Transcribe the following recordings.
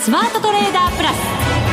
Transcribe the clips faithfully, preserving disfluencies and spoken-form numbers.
スマートトレーダープラス。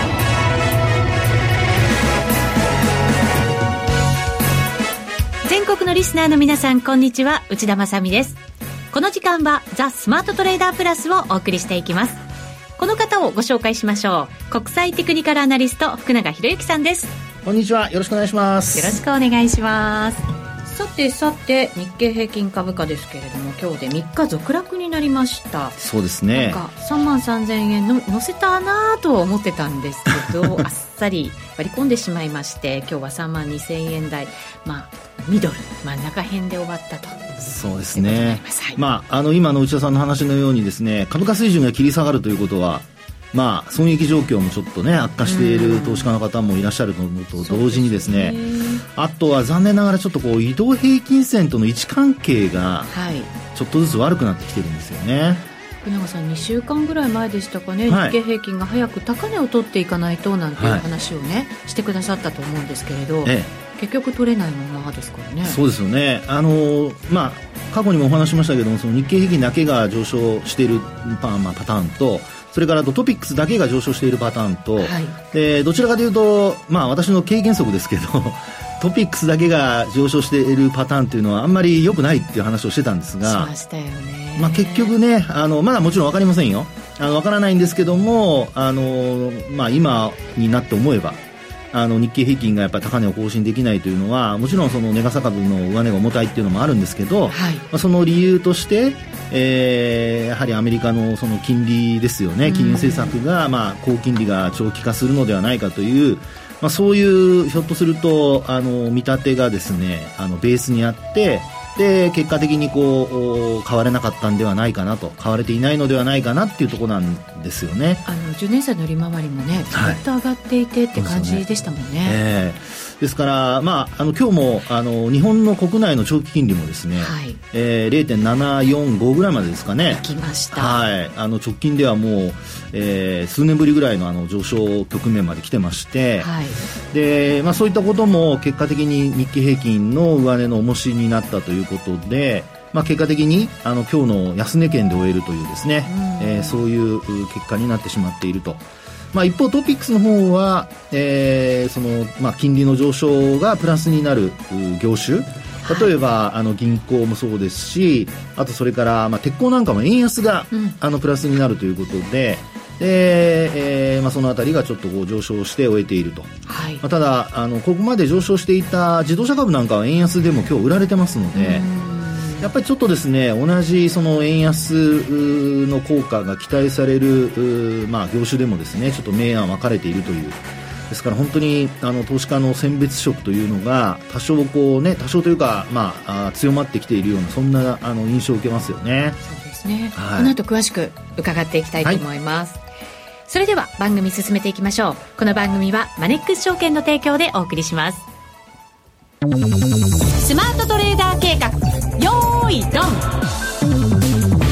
全国のリスナーの皆さん、こんにちは、内田まさみです。この時間はザ・スマートトレーダープラスをお送りしていきます。この方をご紹介しましょう。国際テクニカルアナリスト、福永博之さんです。 こんにちは、よろしくお願いします。 よろしくお願いします。さてさて、日経平均株価ですけれども、今日でみっか続落になりました。 そうですね。 なんかさんまんさんぜんえんの乗せたなとは思ってたんですけどあっさり割り込んでしまいまして、今日はさんまんにせんえん台、まあミドル真ん中辺で終わったと。 そうですね。 はい、 まあ、あの今の内田さんの話のようにですね、株価水準が切り下がるということは、まあ、損益状況もちょっとね悪化している投資家の方もいらっしゃるのと同時にですね、あとは残念ながらちょっとこう移動平均線との位置関係がちょっとずつ悪くなってきてるんですよね。 福永さん、にしゅうかんぐらい前でしたかね、 はい、 日経平均が早く高値を取っていかないとなんていう話をね、はい、してくださったと思うんですけれど、ええ、結局取れないままですからね。 そうですよね。あの、まあ、過去にもお話しましたけども、その日経平均だけが上昇しているパ、まあ、パターンと、それからトピックスだけが上昇しているパターンと、はい、でどちらかというと、まあ、私の経験則ですけどトピックスだけが上昇しているパターンというのはあんまり良くないっていう話をしてたんですが、 しましたよね。 まあ、結局ね、あのまだもちろん分かりませんよ。あの分からないんですけども、あの、まあ、今になって思えばあの日経平均がやっぱり高値を更新できないというのは、もちろんその値傘株の上値が重たいっていうのもあるんですけど、はい、まあ、その理由として、えー、やはりアメリカのその金利ですよね。金融政策が、まあ、高金利が長期化するのではないかという、まあ、そういうひょっとするとあの見立てがですね、あのベースにあって、で結果的にこう買われなかったんではないかなと、買われていないのではないかなっていうところなんですよね。 あのじゅうねん債の利回りもね、ずっと上がっていてって感じでしたもんね。はい、 えー、ですから、まあ、あの今日もあの日本の国内の長期金利もですね、はい、えー、ゼロてんななよんご ぐらいまでですかね、 行きました。 はい、あの直近ではもう、えー、数年ぶりぐらいの、あの上昇局面まで来てまして、はい、でまあ、そういったことも結果的に日経平均の上値の重しになったということで、まあ、結果的にあの今日の安値圏で終えるというですね、えー、そういう結果になってしまっていると。まあ、一方トピックスの方は、えーそのまあ、金利の上昇がプラスになる業種、例えば、はい、あの銀行もそうですし、あとそれから、まあ、鉄鋼なんかも円安が、うん、あのプラスになるということで、でえーまあ、そのあたりがちょっとこう上昇して終えていると、はい、まあ、ただあのここまで上昇していた自動車株なんかは円安でも今日売られてますので、やっぱりちょっとですね、同じその円安の効果が期待される、まあ、業種でもですね、ちょっと明暗分かれているという。ですから本当にあの投資家の選別色というのが多少こうね、多少というか、まあ、あ強まってきているような、そんなあの印象を受けますよね。 そうですね、はい、この後詳しく伺っていきたいと思います、はい、それでは番組進めていきましょう。この番組はマネックス証券の提供でお送りします。スマートトレーダー計画、よーいドン。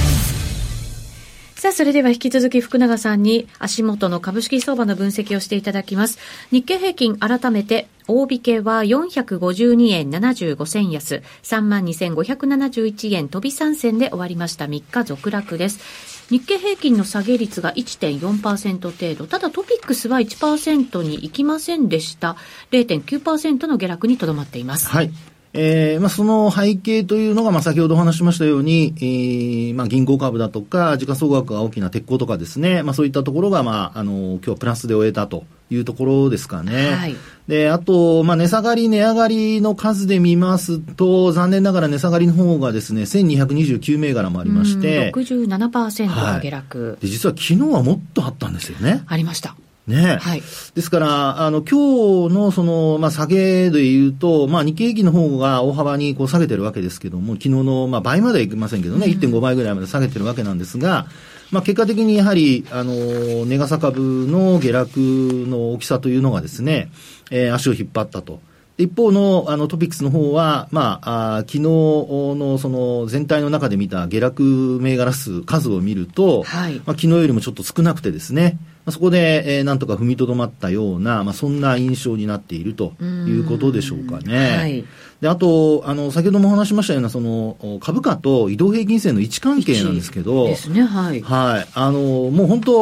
さあ、それでは引き続き福永さんに足元の株式相場の分析をしていただきます。日経平均改めて大引けはよんひゃくごじゅうにえんななじゅうごせん安、さんまんにせんごひゃくななじゅういちえん飛びさん銭で終わりました。みっか続落です。日経平均の下げ率が いってんよんパーセント 程度、ただトピックスは いちパーセント に行きませんでした。 ゼロてんきゅうパーセント の下落にとどまっています。 はい、えーまあ、その背景というのが、まあ、先ほどお話しましたように、えーまあ、銀行株だとか時価総額が大きな鉄鋼とかですね、まあ、そういったところが、まあ、あの今日プラスで終えたというところですかね。はい、であと、まあ、値下がり値上がりの数で見ますと、残念ながら値下がりの方がですねせんにひゃくにじゅうきゅう銘柄もありまして、 ろくじゅうななパーセント の下落、はい、 で実は昨日はもっとあったんですよね。 ありましたね、はい、ですからあの今日のその、まあ、下げでいうと、まあ、日経平均の方が大幅にこう下げてるわけですけども、昨日の、まあ、倍まではいきませんけどね、うん、いってんご 倍ぐらいまで下げてるわけなんですが、まあ、結果的にやはりあの値傘株の下落の大きさというのがですね、えー、足を引っ張ったと。一方のあのトピックスの方は、まあ、あ昨日のその全体の中で見た下落銘柄数数を見ると、はい、まあ、昨日よりもちょっと少なくてですね、そこで、えー、なんとか踏みとどまったような、まあ、そんな印象になっているということでしょうかね。はい、であとあの先ほどもお話しましたようなその株価と移動平均線の位置関係なんですけど、 ですね、はい、 はい、あのもう本当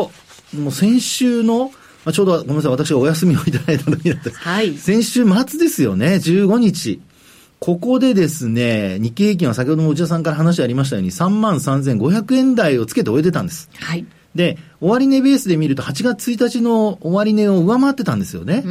もう先週の、まあ、ちょうどごめんなさい、私がお休みをいただいた時だった、はい、先週末ですよね、じゅうごにち。ここでですね、日経平均は先ほども内田さんから話ありましたように さんまんさんぜんごひゃくえん台をつけて終えてたんです。 はい。 で、終値ベースで見るとはちがつついたちの終値を上回ってたんですよね。 うん。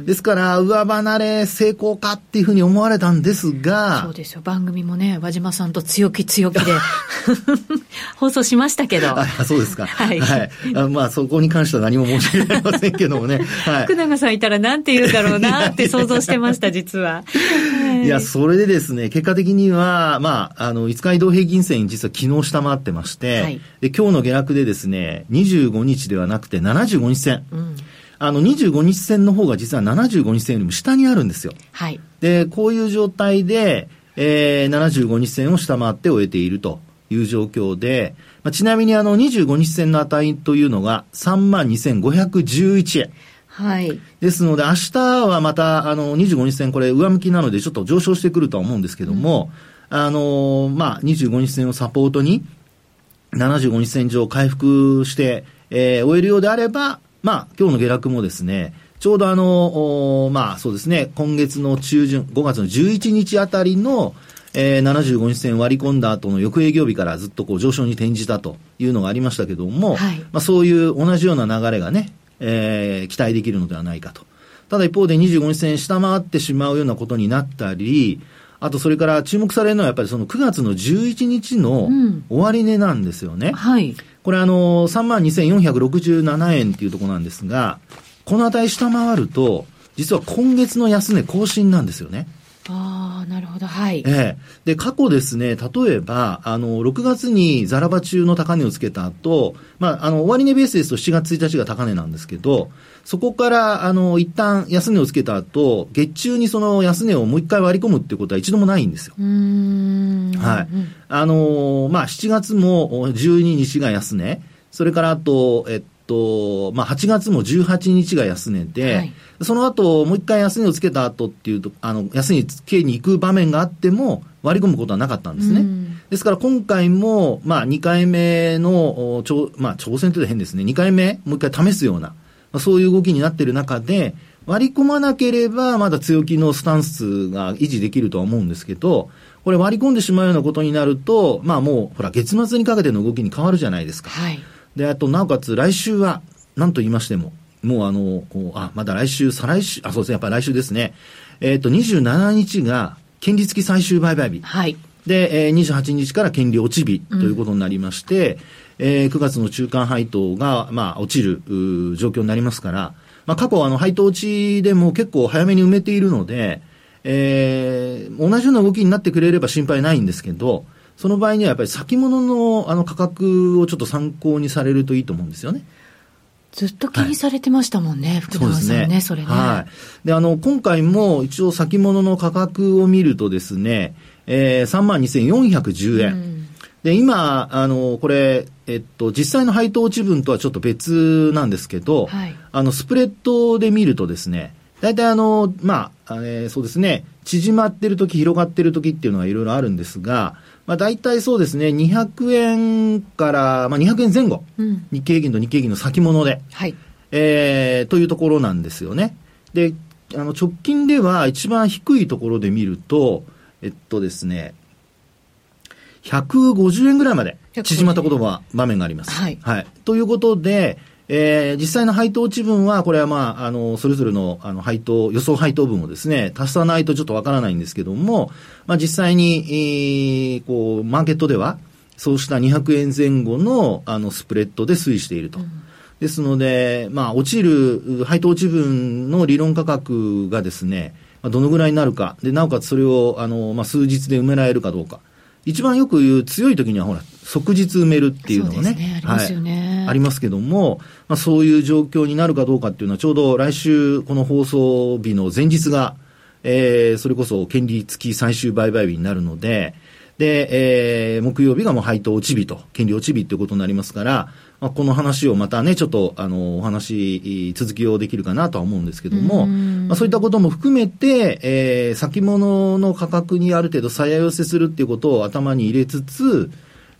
ですから、上離れ成功かっていうふうに思われたんですが。 そうですよ。番組もね、和島さんと強気強気で放送しましたけど。 あ、そうですか。 はい。 はい。あ、まあ、そこに関しては何も申し上げませんけどもね。はい。 福永さんいたらなんて言うんだろうなって想像してました、実は。 はい、いや、それでですね、結果的には、まあ、あの、いつか移動平均線実は昨日下回ってまして、はい、で、今日の下落でですね、にじゅうごにちではなくてななじゅうごにち線。うん、あの、にじゅうごにち線の方が実はななじゅうごにち線よりも下にあるんですよ。 はい。 で、こういう状態で、えー、ななじゅうごにち線を下回って終えているという状況で、まあ、ちなみにあの、にじゅうごにち線の値というのが さんまんにせんごひゃくじゅういちえん。 はい。 ですので、明日はまた、あの、にじゅうごにち線、これ上向きなのでちょっと上昇してくるとは思うんですけども、うん、あの、まあ、にじゅうごにち線をサポートに、ななじゅうごにち線上回復して、えー、終えるようであれば、まあ、今日の下落もですね、ちょうどあの、まあ、そうですね、今月の中旬、ごがつのじゅういちにちあたりの、えー、ななじゅうごにち線割り込んだ後の翌営業日からずっとこう上昇に転じたというのがありましたけども、はい、まあ、そういう同じような流れがね、えー、期待できるのではないかと。ただ一方でにじゅうごにち線下回ってしまうようなことになったり、あとそれから注目されるのはやっぱりそのくがつのじゅういちにちの終値なんですよね。うん、はい。これあの、さんまんにせんよんひゃくろくじゅうななえんっていうところなんですが、この値下回ると、実は今月の安値更新なんですよね。 ああ、なるほど、はい。 ええ。で、過去ですね、例えば、あの、ろくがつにザラバ中の高値をつけた後、まあ、あの、終値ベースですとしちがつついたちが高値なんですけど、そこから、あの、一旦安値をつけた後、月中にその安値をもう一回割り込むっていうことは一度もないんですよ。 うーん。 はい。あの、まあ、しちがつもじゅうににちが安値、それからあと、えっと、まあ、はちがつもじゅうはちにちが安値で、はい、その後、もう一回安値をつけた後っていうと、あの、安値つけに行く場面があっても、割り込むことはなかったんですね。ですから今回も、まあ、にかいめの、ちょまあ、挑戦というと変ですね。にかいめ、もう一回試すような、まあ、そういう動きになっている中で、割り込まなければ、まだ強気のスタンスが維持できるとは思うんですけど、これ割り込んでしまうようなことになると、まあもう、ほら、月末にかけての動きに変わるじゃないですか。はい。で、あと、なおかつ来週は、何と言いましても、もうあの、こう、あ、まだ来週、再来週、あ、そうですね、やっぱり来週ですね。えっと、にじゅうしちにちが、権利付き最終売買日。はい。で、えー、にじゅうはちにちから権利落ち日ということになりまして、うん、えー、くがつの中間配当が、まあ、落ちる、状況になりますから、まあ、過去、あの、配当落ちでも結構早めに埋めているので、えー、同じような動きになってくれれば心配ないんですけど、その場合にはやっぱり先物のあの価格をちょっと参考にされるといいと思うんですよね。 ずっと気にされてましたもんね、はい、福永さんね、ね、それね。 はい。で、あの、今回も一応先物の価格を見るとですね、えー、さんまんにせんよんひゃくじゅうえん。うん、で、今、あの、これ、えっと、実際の配当落ち分とはちょっと別なんですけど、はい、あの、スプレッドで見るとですね、大体あの、まあ、えー、そうですね、縮まってるとき、広がってるときっていうのがいろいろあるんですが、まあ、大体そうですね、にひゃくえんから、まあ、にひゃくえんぜん後、うん、日経平均と日経平均の先物で、はい、えー、というところなんですよね。で、あの、直近では一番低いところで見ると、えっとですね、ひゃくごじゅうえんぐらいまで縮まったことが、場面があります。はい。はい。ということで、えー、実際の配当落ち分は、これはまあ、あの、それぞれの、あの、配当、予想配当分をですね、足さないとちょっとわからないんですけども、まあ実際に、えー、こう、マーケットでは、そうしたにひゃくえんぜん後の、あの、スプレッドで推移していると。うん、ですので、まあ、落ちる、配当落ち分の理論価格がですね、まあ、どのぐらいになるか、で、なおかつそれを、あの、まあ、数日で埋められるかどうか。一番よく言う強い時にはほら即日埋めるっていうのがね、 ね、ありますよね、 はい、ありますけども、まあ、そういう状況になるかどうかっていうのはちょうど来週この放送日の前日が、えー、それこそ権利付き最終売買日になるので、で、えー、木曜日がもう配当落ち日と権利落ち日っていうことになりますから、まあ、この話をまたねちょっとあのお話続きをできるかなとは思うんですけども、まあ、そういったことも含めて、えー、先物の価格にある程度差寄せするっていうことを頭に入れつつ、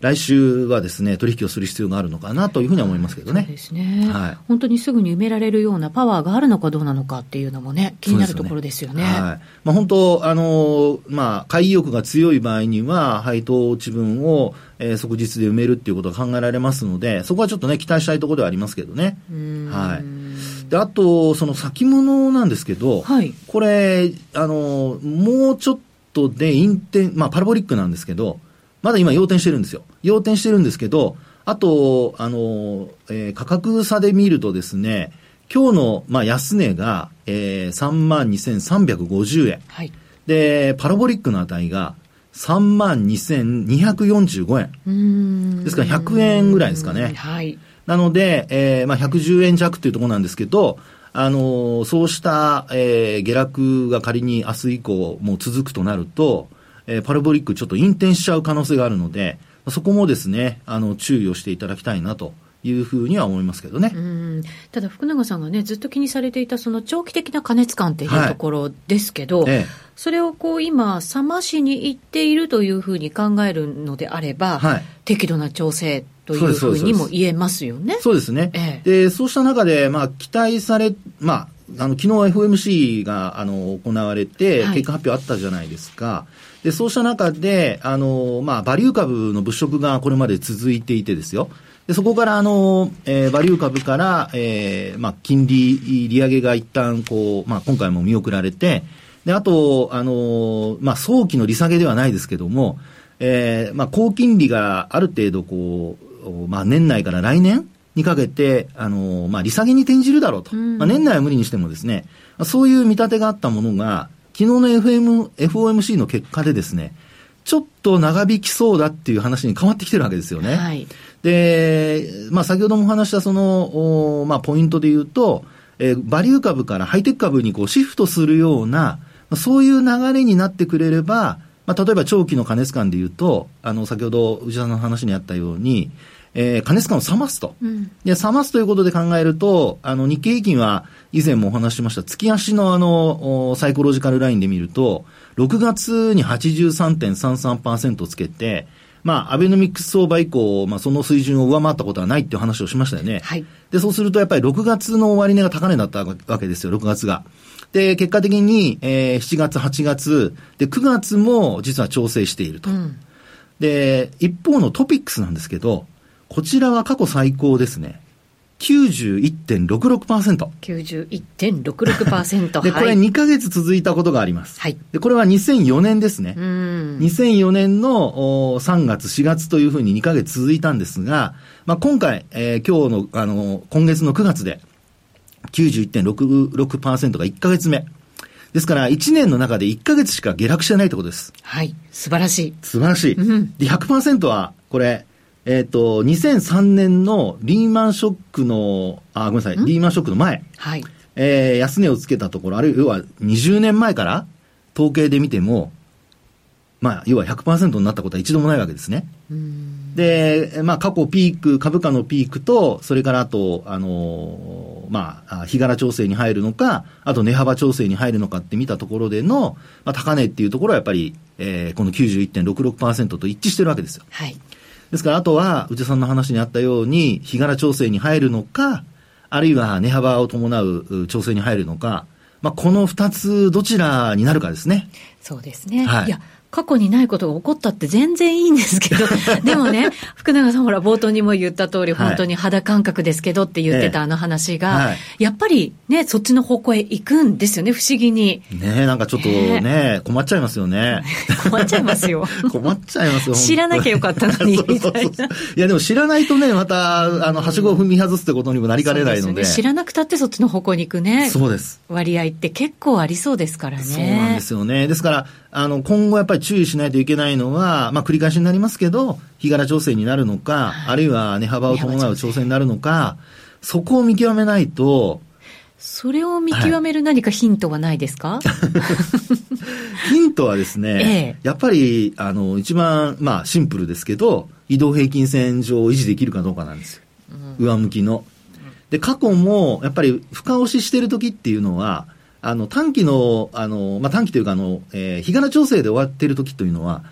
来週はですね、取引をする必要があるのかなというふうには思いますけどね。 そうですね。 はい。 本当にすぐに埋められるようなパワーがあるのかどうなのかっていうのもね、気になるところですよね。はい。 まあ、本当、あの、まあ、買い意欲が強い場合には、配当落ち分を、えー、即日で埋めるっていうことが考えられますので、そこはちょっとね、期待したいところではありますけどね。 うーん。 はい。で、あと、その先物なんですけど、はい、これ、あの、もうちょっとで引転、まあ、パラボリックなんですけど、まだ今、要点してるんですよ。要点してるんですけど、あと、あの、えー、価格差で見るとですね、今日の、まあ、安値が、えー、さんまんにせんさんびゃくごじゅうえん。はい、で、パラボリックの値が、さんまんにせんにひゃくよんじゅうごえん。うーん。ですからひゃくえんぐらいですかね。はい。なので、えー、まあ、ひゃくじゅうえん弱っていうところなんですけど、あのー、そうした、えー、下落が仮に明日以降も続くとなると、えー、パラボリックちょっと引転しちゃう可能性があるので、そこもですね、あの、注意をしていただきたいなというふうには思いますけどね。うん。 ただ福永さんがね、ずっと気にされていたその長期的な過熱感っていうところですけど、はい、ええ、それをこう今、冷ましにいっているというふうに考えるのであれば、はい、適度な調整というふうにも言えますよね。 そうですね。ええ、で、そうした中で、まあ、期待され、まあ、あの、昨日 エフオーエムシー が、あの、行われて、結果発表あったじゃないですか。はい、で、そうした中で、あの、まあ、バリュー株の物色がこれまで続いていてですよ。で、そこから、あの、えー、バリュー株から、えー、まあ、金利、利上げが一旦、こう、まあ、今回も見送られて、で、あと、あの、まあ、早期の利下げではないですけども、えー、まあ、高金利がある程度、こう、まあ、年内から来年にかけて、あの、まあ、利下げに転じるだろうと。うん、まあ、年内は無理にしてもですね、そういう見立てがあったものが、昨日の エフエム、エフオーエムシー の結果でですね、ちょっと長引きそうだっていう話に変わってきてるわけですよね。はい。で、まあ、先ほどもお話したその、まあ、ポイントで言うと、えー、バリュー株からハイテク株にこうシフトするような、そういう流れになってくれれば、まあ、例えば長期の過熱感で言うと、あの、先ほど内田さんの話にあったように、えー、過熱感を冷ますと。うん、で、冷ますということで考えると、あの、日経平均は以前もお話ししました月足のあの、サイコロジカルラインで見ると、ろくがつに はちじゅうさんてんさんさんパーセント つけて、まあ、アベノミクス相場以降、まあ、その水準を上回ったことはないっていう話をしましたよね。はい。で、そうするとやっぱりろくがつの終値が高値だったわけですよ、ろくがつが。で、結果的に、えー、しちがつ、はちがつ、で、くがつも実は調整していると。うん、で、一方のトピックスなんですけど、こちらは過去最高ですね。きゅうじゅういってんろくろくパーセント。 きゅうじゅういってんろくろくパーセント。 で、これにかげつ続いたことがあります。はい。で、これはにせんよねんですね。うん。にせんよねんのさんがつ、しがつというふうににかげつ続いたんですが、まあ、今回、えー、今日の、あの、今月のくがつで きゅうじゅういってんろくろくパーセント がいっかげつめ。ですから、いちねんの中でいっかげつしか下落してないってことです。 はい。素晴らしい。 素晴らしい。うん、で、ひゃくパーセント は、これ、えっと、にせんさんねんのリーマンショックの、あ、ごめんなさい、リーマンショックの前。はい。えー、安値をつけたところ、あるいは、要はにじゅうねんまえから統計で見ても、まあ、要は ひゃくパーセント になったことは一度もないわけですね。うんで、まあ、過去ピーク、株価のピークと、それからあと、あのー、まあ、日柄調整に入るのか、あと値幅調整に入るのかって見たところでの、まあ、高値っていうところはやっぱり、えー、この きゅうじゅういってんろくろくパーセント と一致してるわけですよ。はい。ですから、あとは、内田さんの話にあったように、日柄調整に入るのか、あるいは値幅を伴う調整に入るのか、まあ、この二つ、どちらになるかですね。 そうですね。はい。いや過去にないことが起こったって全然いいんですけど、でもね、福永さんほら冒頭にも言った通り、はい、本当に肌感覚ですけどって言ってたあの話が、はい、やっぱりね、そっちの方向へ行くんですよね、不思議に。 ね、なんかちょっとね、ね困っちゃいますよね。 困っちゃいますよ。 困っちゃいますよ。 知らなきゃよかったのに、みたいな。いや、でも知らないとね、また、あの、はしごを踏み外すってことにもなりかねないので。そうですね、 知らなくたってそっちの方向に行くね。 そうです。 割合って結構ありそうですからね。 そうなんですよね。ですから、あの、今後やっぱり注意しないといけないのは、まあ、繰り返しになりますけど、日柄調整になるのか、はい、あるいは値幅を伴う調整になるのか、そこを見極めないと。 それを見極める何かヒントはないですか？はい、 ヒントはですね、ええ、やっぱり、あの、一番、まあ、シンプルですけど、移動平均線上を維持できるかどうかなんですよ。うん、上向きの。で、過去も、やっぱり、深押ししてる時っていうのは、あの、短期の、あの、まあ、短期というか、あの、えー、日柄調整で終わっている時というのは、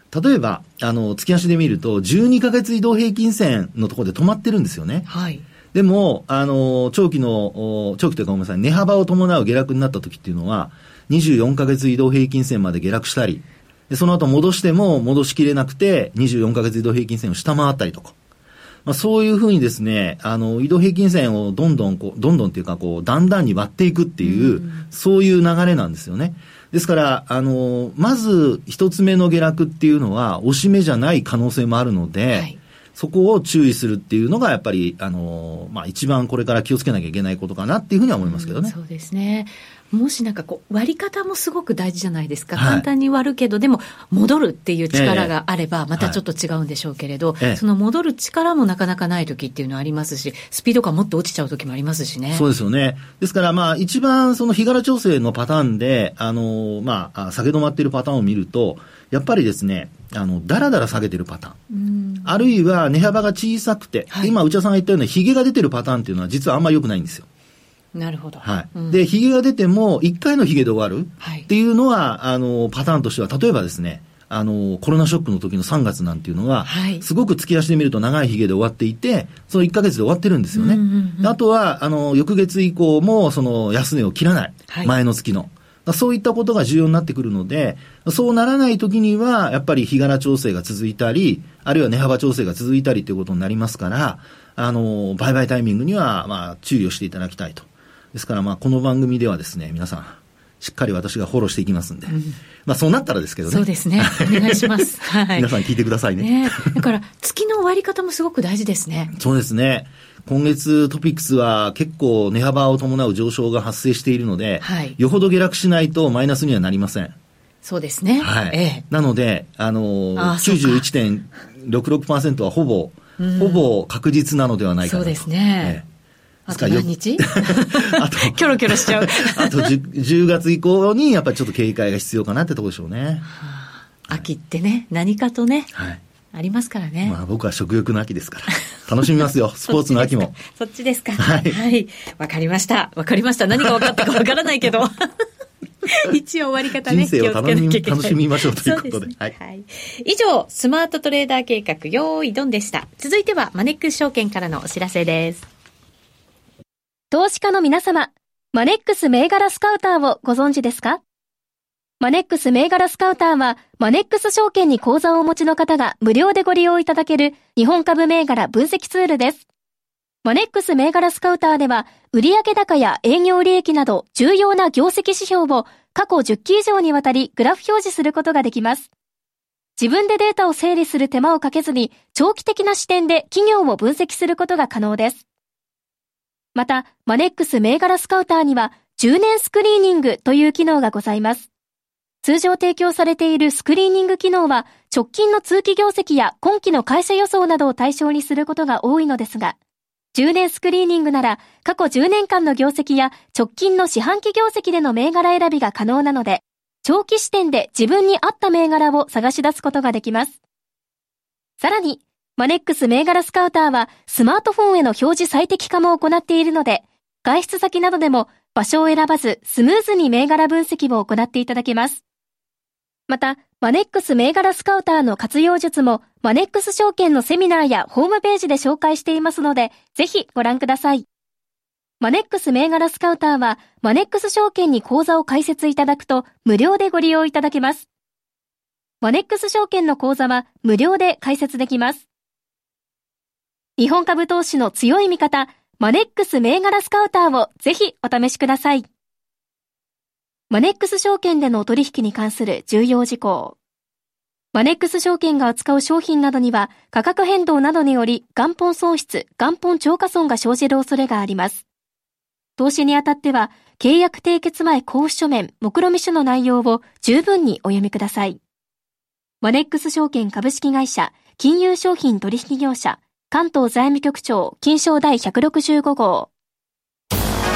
例えば、あの、月足で見ると、じゅうにかげつ移動平均線のところで止まってるんですよね。 はい。 でも、あの、長期の、長期というかごめんなさい、値幅を伴う下落になった時っていうのは、にじゅうよんかげつ移動平均線まで下落したり、でその後戻しても戻しきれなくて、にじゅうよんかげつ移動平均線を下回ったりとか。まあ、そういうふうにですね、あの、移動平均線をどんどんこう、どんどんっていうかこう、だんだんに割っていくっていう、うん、そういう流れなんですよね。ですから、あの、まず一つ目の下落っていうのは、押し目じゃない可能性もあるので、はい、そこを注意するっていうのが、やっぱり、あの、まあ、一番これから気をつけなきゃいけないことかなっていうふうには思いますけどね。 うん、そうですね。もしなんかこう割り方もすごく大事じゃないですか、はい、簡単に割るけどでも戻るっていう力があればまたちょっと違うんでしょうけれど、ええはい、その戻る力もなかなかない時っていうのはありますし、スピード感もっと落ちちゃう時もありますしね。 そうですよね。ですからまあ一番その日柄調整のパターンであのまあ下げ止まっているパターンを見るとやっぱりですね、あのだらだら下げてるパターン、うんあるいは値幅が小さくて、はい、今内田さんが言ったようなヒゲが出てるパターンっていうのは実はあんまり良くないんですよ。 なるほど。 はい。うん、で、ヒゲが出ても、いっかいのヒゲで終わるっていうのは、はい、あの、パターンとしては、例えばですね、あの、コロナショックの時のさんがつなんていうのは、はい、すごく月足で見ると長いヒゲで終わっていて、そのいっかげつで終わってるんですよね。うんうんうん、あとは、あの、翌月以降も、その、安値を切らない。はい、前の月の。そういったことが重要になってくるので、そうならない時には、やっぱり日柄調整が続いたり、あるいは値幅調整が続いたりということになりますから、あの、売買タイミングには、まあ、注意をしていただきたいと。ですからまあこの番組ではですね皆さんしっかり私がフォローしていきますんで、うん、まあそうなったらですけどね。 そうですね。お願いします。はい。 皆さん聞いてくださいね。 ねだから月の割り方もすごく大事ですね。 そうですね。今月トピックスは結構値幅を伴う上昇が発生しているので、はい、よほど下落しないとマイナスにはなりません。 そうですね。 はい。ええ、なのであのー、きゅうじゅういちてんろくろくパーセント はほぼ、うん、ほぼ確実なのではないかなと。 そうですね。ええあと何日あとキョロキョロしちゃうあと 10, じゅうがつ以降にやっぱりちょっと警戒が必要かなってところでしょうね、 はあ、秋ってね何かとね、はい、ありますからね。 まあ僕は食欲の秋ですから楽しみますよスポーツの秋も。 そっちですか。はい、はい、わかりましたわかりました何が分かったかわからないけど一応終わり方ね人生を楽 し, 楽しみましょうということで、 ねはいはい、以上スマートトレーダー計画よーいドンでした。続いてはマネックス証券からのお知らせです。 投資家の皆様、マネックス銘柄スカウターをご存知ですか？マネックス銘柄スカウターは、マネックス証券に口座をお持ちの方が無料でご利用いただける日本株銘柄分析ツールです。マネックス銘柄スカウターでは、売上高や営業利益など重要な業績指標を過去じゅっき以上にわたりグラフ表示することができます。自分でデータを整理する手間をかけずに、長期的な視点で企業を分析することが可能です。また、マネックス銘柄スカウターにはじゅうねんスクリーニングという機能がございます。通常提供されているスクリーニング機能は直近の通期業績や今期の会社予想などを対象にすることが多いのですが、じゅうねんスクリーニングなら過去じゅうねんかんの業績や直近の四半期業績での銘柄選びが可能なので、長期視点で自分に合った銘柄を探し出すことができます。さらに、マネックス銘柄スカウターはスマートフォンへの表示最適化も行っているので、外出先などでも場所を選ばずスムーズに銘柄分析を行っていただけます。また、マネックス銘柄スカウターの活用術もマネックス証券のセミナーやホームページで紹介していますので、ぜひご覧ください。マネックス銘柄スカウターはマネックス証券に口座を開設いただくと無料でご利用いただけます。マネックス証券の口座は無料で開設できます。日本株投資の強い味方、マネックス銘柄スカウターをぜひお試しください。マネックス証券での取引に関する重要事項。マネックス証券が扱う商品などには価格変動などにより元本損失、元本超過損が生じる恐れがあります。投資にあたっては契約締結前交付書面、目論見書の内容を十分にお読みください。マネックス証券株式会社、金融商品取引業者、関東財務局長金商第ひゃくろくじゅうご号。 ザ・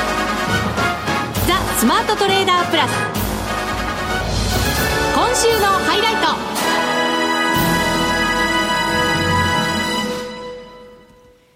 スマートトレーダープラス、今週のハイライト。さあ、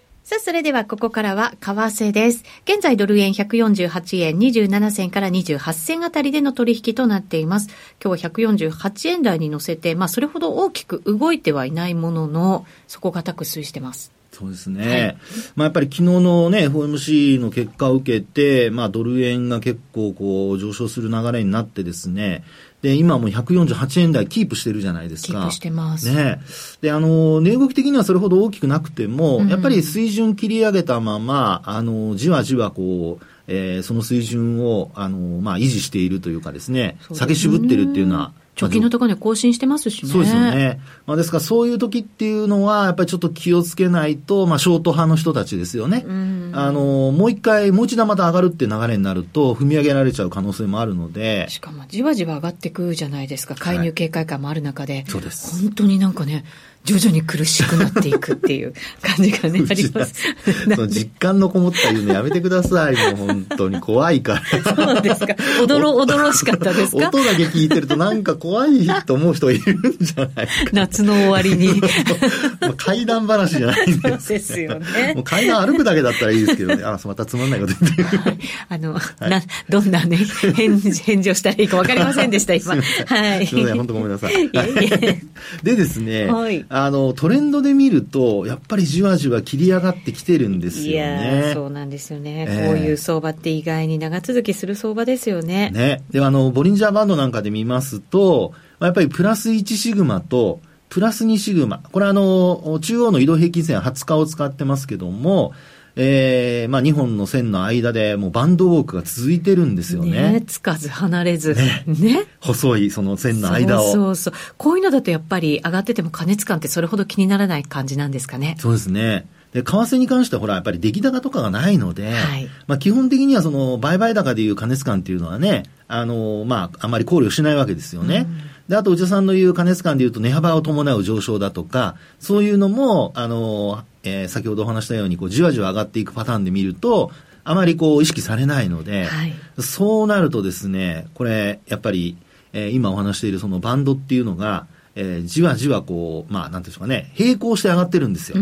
それではここからは為替です。現在ドル円ひゃくよんじゅうはちえんにじゅうなな銭からにじゅうはち銭あたりでの取引となっています。今日はひゃくよんじゅうはちえん台に乗せて、まあそれほど大きく動いてはいないものの、底堅く推移してます。 そうですね。はい、まあやっぱり昨日のね、エフオーエムシー の結果を受けて、まあドル円が結構こう上昇する流れになってですね、で、今もひゃくよんじゅうはちえん台キープしてるじゃないですか。 キープしてます。 ね。で、あの、値動き的にはそれほど大きくなくても、うん、やっぱり水準切り上げたまま、あの、じわじわこう、えー、その水準を、あの、まあ、維持しているというかですね、下げ渋ってるっていうのは、 直近のところで更新してますしね。 そうですよね。まあ、ですからそういう時っていうのはやっぱりちょっと気をつけないと、まあショート派の人たちですよね。うんあのもう一回もう一度また上がるって流れになると踏み上げられちゃう可能性もあるので。 しかもじわじわ上がってくじゃないですか。介入警戒感もある中で、はい、 そうです。 本当になんかね。徐々に苦しくなっていくっていう感じがねあります。 その実感のこもった言うのやめてください。もう本当に怖いから。 そうですか。おどろおどろしかったですか。 音だけ聞いてるとなんか怖いと思う人いるんじゃないか。 夏の終わりに。もう怪談話じゃないんです。 そうですよね。 もう階段歩くだけだったらいいですけどね。あ、またつまんないこと言ってる。 はい、あの、はい、などんなね返返事をしたらいいか分かりませんでした今。はい。 すみません本当ごめんなさい。いえいえでですね。 はい。 あのトレンドで見るとやっぱりじわじわ切り上がってきてるんですよね。 いやそうなんですよね、えー、こういう相場って意外に長続きする相場ですよね。 ねであのボリンジャーバンドなんかで見ますとやっぱりプラスいちシグマとプラスにシグマこれあの中央の移動平均線はつかを使ってますけどもえー、まあにほんの線の間でもうバンドウォークが続いてるんですよね。 ねつかず離れず。ね。ね細いその線の間を。 そうそうそう。こういうのだとやっぱり上がってても過熱感ってそれほど気にならない感じなんですかね。 そうですね。で、為替に関してはほら、やっぱり出来高とかがないので、はい、まあ基本的にはその売買高でいう過熱感っていうのはね、あの、まああまり考慮しないわけですよね。うんで、あと、内田さんの言う過熱感で言うと、値幅を伴う上昇だとか、そういうのも、あの、えー、先ほどお話したように、こう、じわじわ上がっていくパターンで見ると、あまりこう、意識されないので、はい、そうなるとですね、これ、やっぱり、えー、今お話しているそのバンドっていうのが、えー、じわじわこう、まあ、なんていうんですかね、並行して上がってるんですよ。うん、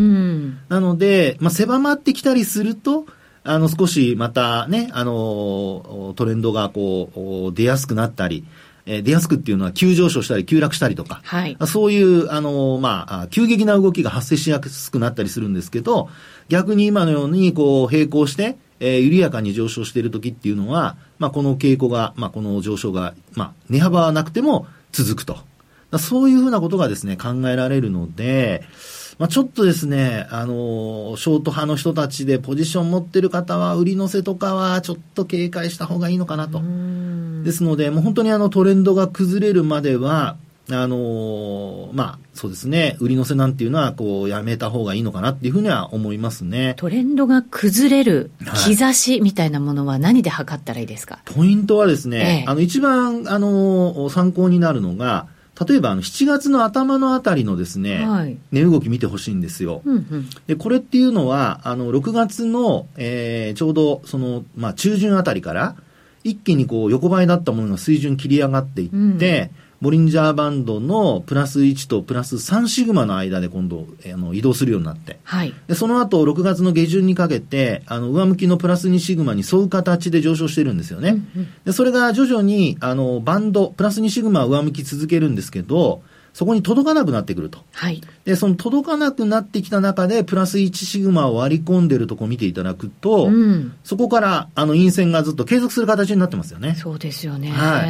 なので、まあ、狭まってきたりすると、あの、少しまたね、あの、トレンドがこう、出やすくなったり、出やすくっていうのは急上昇したり急落したりとか、はい、そういうあの、まあ、急激な動きが発生しやすくなったりするんですけど、逆に今のようにこう並行して、えー、緩やかに上昇している時っていうのは、まあ、この傾向が、まあ、この上昇が、まあ、値幅はなくても続くと。そういうふうなことがですね、考えられるので、まあ、ちょっとですね、あの、ショート派の人たちでポジション持ってる方は、売り乗せとかはちょっと警戒した方がいいのかなと。ですので、もう本当にあのトレンドが崩れるまでは、あの、まあ、そうですね、売り乗せなんていうのは、こう、やめた方がいいのかなっていうふうには思いますね。 トレンドが崩れる兆しみたいなものは何で測ったらいいですか？ ポイントはですね、ええ、あの、一番、あの、参考になるのが、例えばあのしちがつの頭のあたりのですね、はい、値動き見てほしいんですよ、うんうん、でこれっていうのはあのろくがつの、えー、ちょうどその、まあ、中旬あたりから一気にこう横ばいだったものが水準切り上がっていって、うんボリンジャーバンドのプラスいちとプラスさんシグマの間で今度あの移動するようになって、はい、でその後ろくがつの下旬にかけてあの上向きのプラスにシグマに沿う形で上昇してるんですよね、うんうん、でそれが徐々にあのバンドプラスにシグマは上向き続けるんですけどそこに届かなくなってくると、はい、でその届かなくなってきた中でプラスいちシグマを割り込んでるとこを見ていただくと、うん、そこからあの陰線がずっと継続する形になってますよね。 そうですよね、 はい、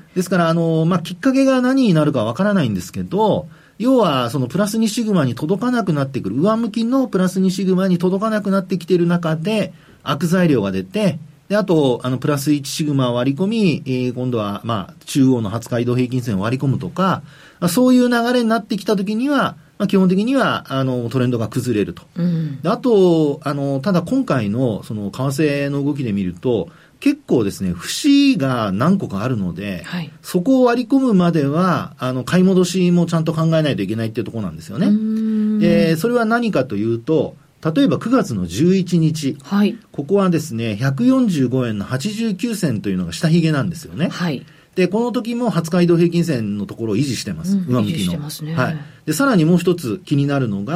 ですからあの、まあ、きっかけが何になるかわからないんですけど要はそのプラスにシグマに届かなくなってくる上向きのプラスにシグマに届かなくなってきている中で悪材料が出てであとあのプラスいちシグマを割り込み、えー、今度はまあ中央のはつか移動平均線を割り込むとかそういう流れになってきたときには、まあ、基本的にはあのトレンドが崩れると、うん、であとあのただ今回のその為替の動きで見ると結構ですね節が何個かあるので、はい、そこを割り込むまではあの買い戻しもちゃんと考えないといけないっていうところなんですよね。でそれは何かというと例えばくがつのじゅういちにち、はい、ここはですねひゃくよんじゅうごえんのはちじゅうきゅうせんというのが下髭なんですよね。はいで、この時もはつか移動平均線のところを維持してます。うん、上向きの。維持してますね。はい。で、さらにもう一つ気になるのが、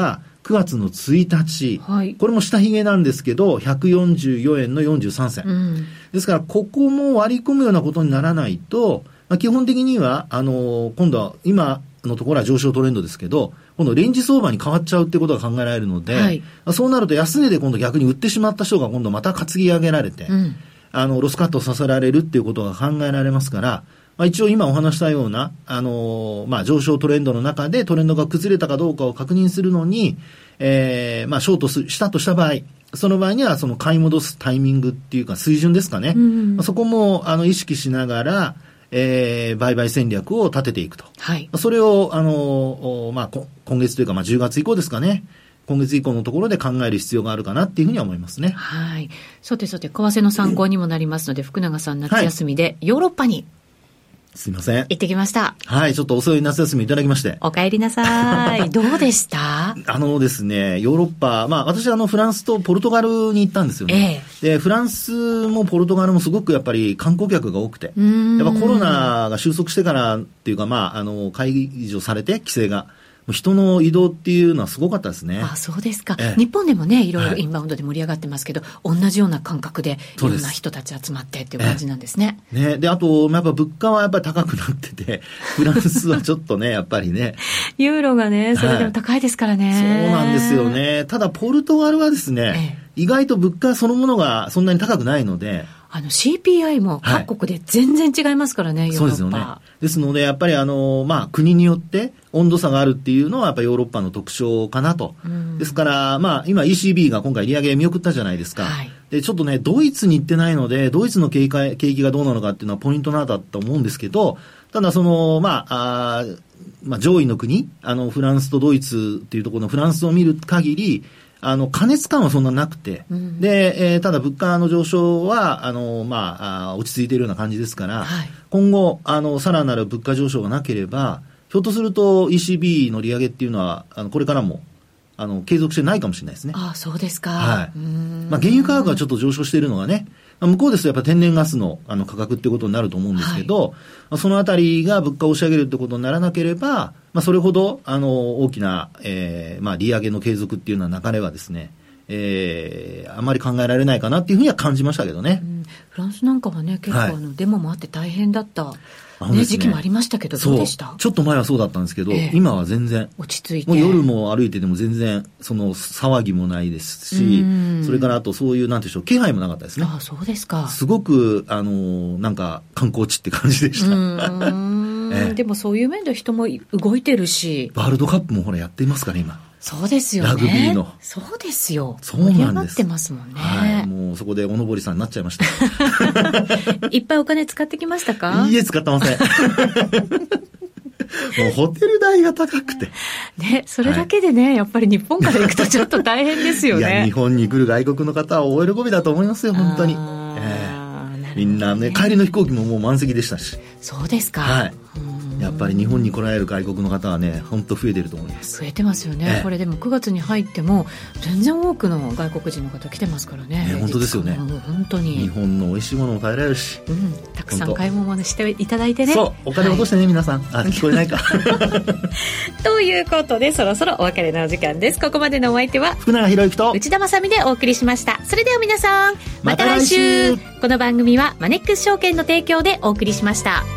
くがつのついたち、 はい、 これも下髭なんですけどひゃくよんじゅうよえんのよんじゅうさんせん、うん、ですからここも割り込むようなことにならないと、まあ、基本的にはあの今度は今のところは上昇トレンドですけど今度レンジ相場に変わっちゃうってことが考えられるので、はい、そうなると安値で今度逆に売ってしまった人が今度また担ぎ上げられて、うん、あのロスカットさせられるっていうことが考えられますから、まあ、一応今お話したような、あのー、まあ上昇トレンドの中でトレンドが崩れたかどうかを確認するのに、えー、まあショートすしたとした場合、その場合にはその買い戻すタイミングっていうか水準ですかね。うん、まあ、そこもあの意識しながら、えー、売買戦略を立てていくと。はい。それを、あのー、まあ今月というかまあじゅうがつ以降ですかね。今月以降のところで考える必要があるかなっていうふうには思いますね。 はい。さてさて、為替の参考にもなりますので、福永さん夏休みでヨーロッパに、はい、 すいません。 行ってきました。 はい、ちょっと遅い夏休みいただきまして。 お帰りなさい。どうでした？ あのですね、ヨーロッパ、まあ私あのフランスとポルトガルに行ったんですよね。ええ、で、フランスもポルトガルもすごくやっぱり観光客が多くて、やっぱコロナが収束してからっていうか、まああの解除されて規制が。人の移動っていうのはすごかったですね。 あ、そうですか。ええ、日本でもね、いろいろインバウンドで盛り上がってますけど、はい、同じような感覚でいろんな人たち集まってっていう感じなんですね。 ええ、ね、で、あと、やっぱ物価はやっぱり高くなってて、フランスはちょっとね、やっぱりね。 ユーロがね、それでも高いですからね。 はい、そうなんですよね。ただ、ポルトガルはですね、ええ、意外と物価そのものがそんなに高くないので、 あの シーピーアイ も各国で全然違いますからね、はい、ヨーロッパ。 そうですよね。ですので、やっぱりあの、まあ、国によって温度差があるっていうのはやっぱりヨーロッパの特徴かなと。ですから、まあ、今 イーシービー が今回利上げ見送ったじゃないですか。はい、で、ちょっとね、ドイツに行ってないので、ドイツの景気、景気がどうなのかっていうのはポイントなんだと思うんですけど、ただその、まあ、あまあ、上位の国、あの、フランスとドイツっていうところのフランスを見る限り、あの、過熱感はそんななくて、うん、で、えー、ただ物価の上昇は、あの、まあ、あ落ち着いているような感じですから、はい、今後、あの、さらなる物価上昇がなければ、ひょっとすると イーシービー の利上げっていうのは、あの、これからも、あの、継続してないかもしれないですね。 ああ、そうですか。 はい。まあ、原油価格がちょっと上昇しているのがね、向こうですとやっぱ天然ガスのあの価格ってことになると思うんですけど、はい、そのあたりが物価を押し上げるってことにならなければ、まあ、それほど、あの、大きな、えー、まあ、利上げの継続っていうような流れはですね、えー、あまり考えられないかなっていうふうには感じましたけどね。うん、 フランスなんかはね、結構あの、はい、デモもあって大変だった、ね、時期もありましたけど、どうでした？ ちょっと前はそうだったんですけど、えー、今は全然落ち着いて、 もう夜も歩いてても全然その騒ぎもないですし、それからあとそういうなんていうんでしょう、気配もなかったですね。 ああ、そうですか。 すごくあのなんか観光地って感じでした。 うんえー、でもそういう面で人も動いてるし、 ワールドカップもほらやっていますから今。 そうですよね。 ラグビーの。 そうですよ。 そうなんです。盛り上がってますもんね。 はい。もうそこでおのぼりさんになっちゃいました。 いっぱいお金使ってきましたか？ いいえ、使ってません。もうホテル代が高くて。 ね、それだけでね、はい、やっぱり日本から行くとちょっと大変ですよね。 いや、日本に来る外国の方は大喜びだと思いますよ、本当に。えー、みんなね、帰りの飛行機ももう満席でしたし。 そうですか。 はい。やっぱり日本に来られる外国の方はね、本当増えてると思います。 増えてますよね、ええ、これでもくがつに入っても全然多くの外国人の方来てますからね。 ね、本当ですよね。 本当に日本の美味しいものも食べられるし、 うん、たくさん買い物していただいてね。 そう、お金落としてね、はい、皆さん。あ、聞こえないか。 ということで、そろそろお別れのお時間です。ここまでのお相手は福永博之と内田まさみでお送りしました。それでは皆さん、また来週。また来週。この番組はマネックス証券の提供でお送りしました。